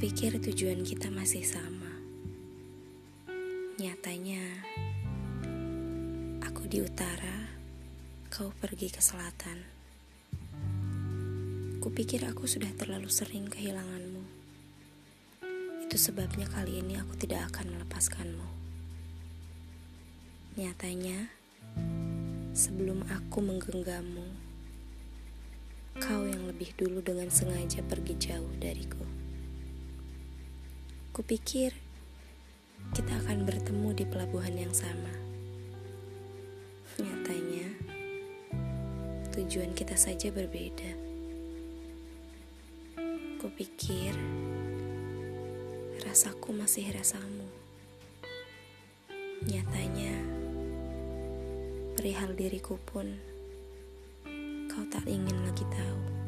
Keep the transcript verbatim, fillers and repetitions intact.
Kupikir tujuan kita masih sama. Nyatanya, aku di utara, kau pergi ke selatan. Kupikir aku sudah terlalu sering kehilanganmu. Itu sebabnya kali ini aku tidak akan melepaskanmu. Nyatanya, sebelum aku menggenggammu, kau yang lebih dulu dengan sengaja pergi jauh dariku. Kupikir kita akan bertemu di pelabuhan yang sama. Nyatanya, tujuan kita saja berbeda. Kupikir rasaku masih rasamu. Nyatanya, perihal diriku pun kau tak ingin lagi tahu.